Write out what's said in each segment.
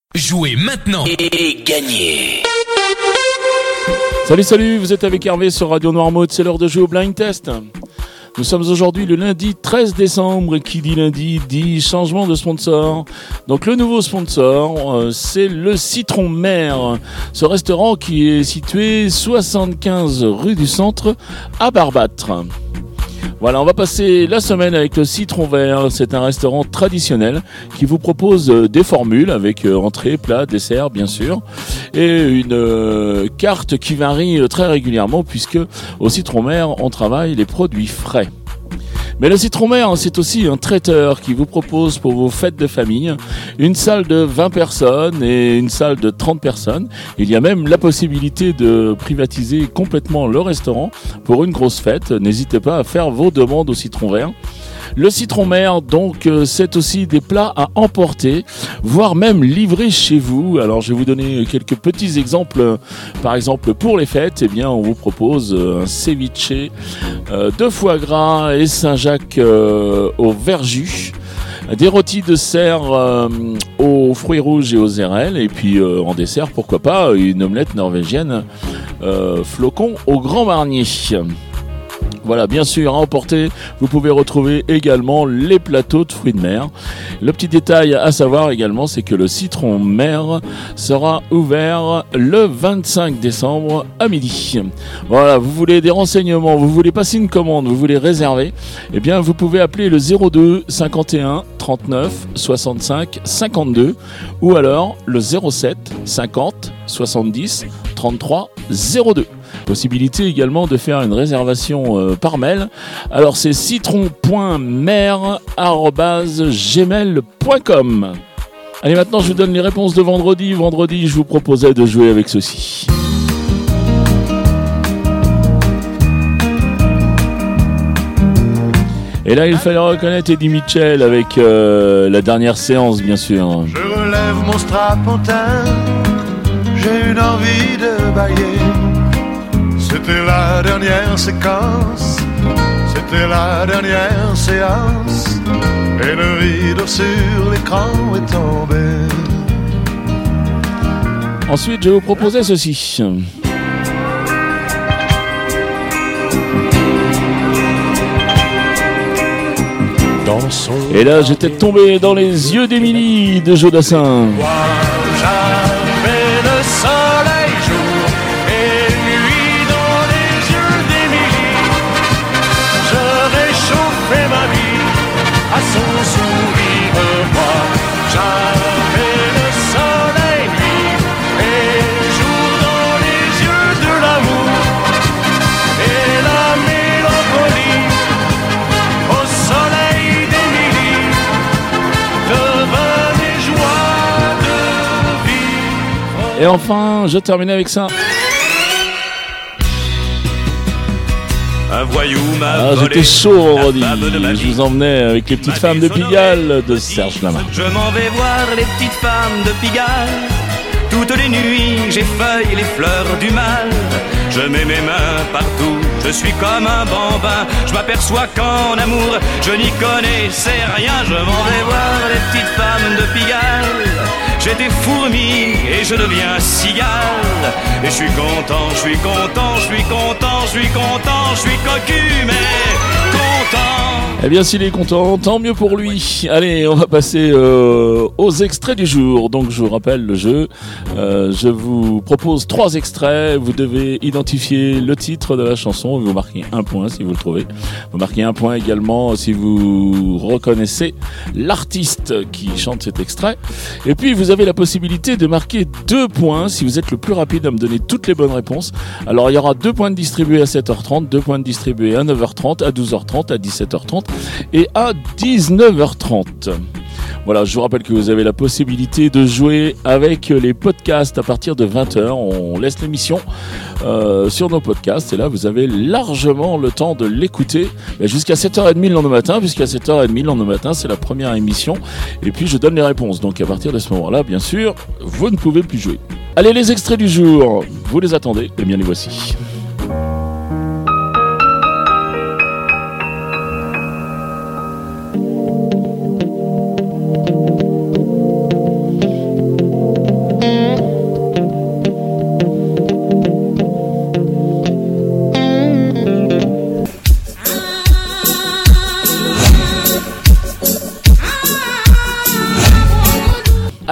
Jouez maintenant et gagnez. Salut, vous êtes avec Hervé sur Radio Noirmouth, c'est l'heure de jouer au Blind Test. Nous sommes aujourd'hui le lundi 13 décembre et qui dit lundi dit changement de sponsor. Donc le nouveau sponsor, c'est le Citron Mer, ce restaurant qui est situé 75 rue du Centre à Barbâtre. Voilà, on va passer la semaine avec le Citron Vert. C'est un restaurant traditionnel qui vous propose des formules avec entrée, plat, dessert bien sûr, et une carte qui varie très régulièrement puisque au Citron Vert on travaille les produits frais. Mais le Citron Mer, c'est aussi un traiteur qui vous propose pour vos fêtes de famille une salle de 20 personnes et une salle de 30 personnes. Il y a même la possibilité de privatiser complètement le restaurant pour une grosse fête. N'hésitez pas à faire vos demandes au Citron Vert. Le Citron Mer, donc, c'est aussi des plats à emporter, voire même livrer chez vous. Alors, je vais vous donner quelques petits exemples. Par exemple, pour les fêtes, eh bien, on vous propose un ceviche de foie gras et Saint-Jacques au verjus. Des rôtis de cerf aux fruits rouges et aux érelles. Et puis, en dessert, pourquoi pas, une omelette norvégienne flocon au Grand Marnier. Voilà, bien sûr, à emporter, vous pouvez retrouver également les plateaux de fruits de mer. Le petit détail à savoir également, c'est que le Citron Mer sera ouvert le 25 décembre à midi. Voilà, vous voulez des renseignements, vous voulez passer une commande, vous voulez réserver, eh bien vous pouvez appeler le 02 51 39 65 52 ou alors le 07 50 70 33 02. Possibilité également de faire une réservation par mail. Alors c'est citron.mer@gmail.com. Allez, maintenant je vous donne les réponses de vendredi. Vendredi, je vous proposais de jouer avec ceci. Et là, il fallait reconnaître Eddie Mitchell avec la dernière séance, bien sûr. Je relève mon strapontin, j'ai une envie de bailler. C'était la dernière séquence, c'était la dernière séance, et le rideau sur l'écran est tombé. Ensuite, je vais vous proposer ceci. Et là, j'étais tombé dans les yeux d'Émilie de Jodassin. Jamais le soleil jour et nuit dans les yeux d'Émilie. Je réchauffais ma vie à son sourire. Moi, jamais le soleil nuit et jour dans les yeux de l'amour et la mélancolie au soleil d'Émilie devenait joie de vivre. Et enfin, je termine avec ça. Un voyou m'a volé. J'étais chaud vendredi. la femme de ma Je vie. vous emmenais avec les petites Ma femmes vie de sonore Pigalle de aussi. Serge Lama. Je m'en vais voir les petites femmes de Pigalle. Toutes les nuits, j'effeuille les fleurs du mal. Je mets mes mains partout, je suis comme un bambin. Je m'aperçois qu'en amour, je n'y connaissais rien. Je m'en vais voir les petites femmes de Pigalle. J'étais fourmi et je deviens cigale. Et je suis content, je suis content, je suis content, je suis content, je suis cocu mais content. Eh bien, s'il est content, tant mieux pour lui. Allez, on va passer aux extraits du jour. Donc, je vous rappelle le jeu. Je vous propose 3 extraits. Vous devez identifier le titre de la chanson. Vous marquez un point si vous le trouvez. Vous marquez un point également si vous reconnaissez l'artiste qui chante cet extrait. Et puis, vous avez la possibilité de marquer 2 points si vous êtes le plus rapide à me donner toutes les bonnes réponses. Alors, il y aura 2 points de distribués à 7h30, 2 points de distribués à 9h30, à 12h30, à 17h30 et à 19h30. Voilà, je vous rappelle que vous avez la possibilité de jouer avec les podcasts à partir de 20h. On laisse l'émission sur nos podcasts et là vous avez largement le temps de l'écouter jusqu'à 7h30 le lendemain matin, puisqu'à 7h30 le lendemain matin c'est la première émission et puis je donne les réponses. Donc à partir de ce moment-là, bien sûr, vous ne pouvez plus jouer. Allez, les extraits du jour, vous les attendez, et bien les voici.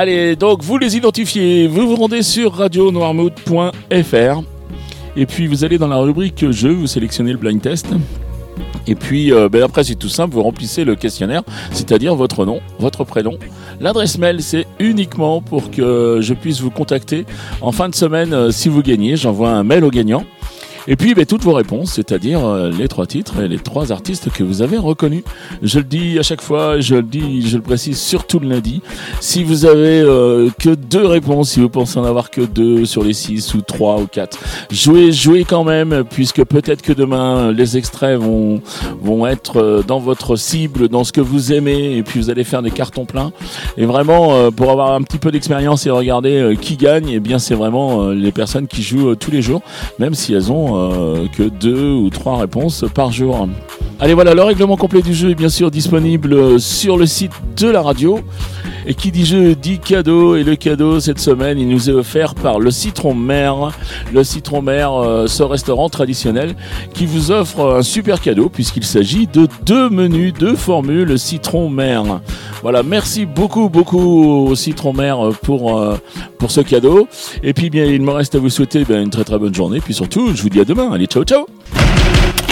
Allez, donc vous les identifiez, vous vous rendez sur radionoirmouth.fr et puis vous allez dans la rubrique jeu, vous sélectionnez le blind test. Et puis après c'est tout simple, vous remplissez le questionnaire, c'est-à-dire votre nom, votre prénom. L'adresse mail, c'est uniquement pour que je puisse vous contacter en fin de semaine si vous gagnez. J'envoie un mail aux gagnants. Et puis toutes vos réponses, c'est-à-dire les 3 titres et les 3 artistes que vous avez reconnus. Je le dis à chaque fois, je le précise surtout le lundi. Si vous avez que 2 réponses, si vous pensez en avoir que 2 sur les 6 ou 3 ou 4, jouez quand même, puisque peut-être que demain les extraits vont être dans votre cible, dans ce que vous aimez, et puis vous allez faire des cartons pleins. Et vraiment, pour avoir un petit peu d'expérience et regarder qui gagne, eh bien c'est vraiment les personnes qui jouent tous les jours, même si elles ont que 2 ou 3 réponses par jour. Allez, voilà, le règlement complet du jeu est bien sûr disponible sur le site de la radio. Et qui dit jeu dit cadeau, et le cadeau cette semaine il nous est offert par le Citron Mer. Le Citron Mer, ce restaurant traditionnel qui vous offre un super cadeau puisqu'il s'agit de 2 menus, 2 formules Citron Mer. Voilà, merci beaucoup au Citron Mer pour ce cadeau. Et puis bien il me reste à vous souhaiter une très très bonne journée. Puis surtout je vous dis à demain. Allez, ciao ciao.